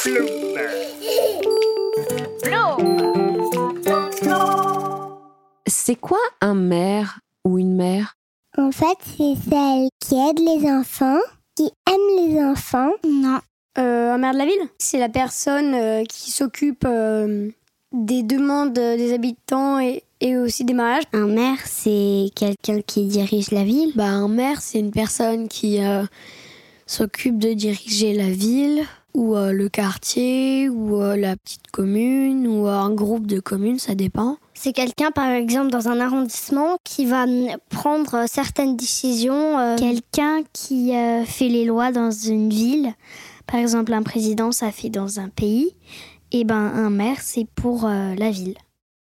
C'est quoi un maire ou une mère? En fait, c'est celle qui aide les enfants, qui aime les enfants. Non. Un maire de la ville, c'est la personne qui s'occupe des demandes des habitants et aussi des mariages. Un maire, c'est quelqu'un qui dirige la ville. Un maire, c'est une personne qui s'occupe de diriger la ville, ou le quartier, ou la petite commune, ou un groupe de communes, ça dépend. C'est quelqu'un, par exemple, dans un arrondissement qui va prendre certaines décisions. Quelqu'un qui fait les lois dans une ville. Par exemple, un président, ça fait dans un pays. Et un maire, c'est pour la ville.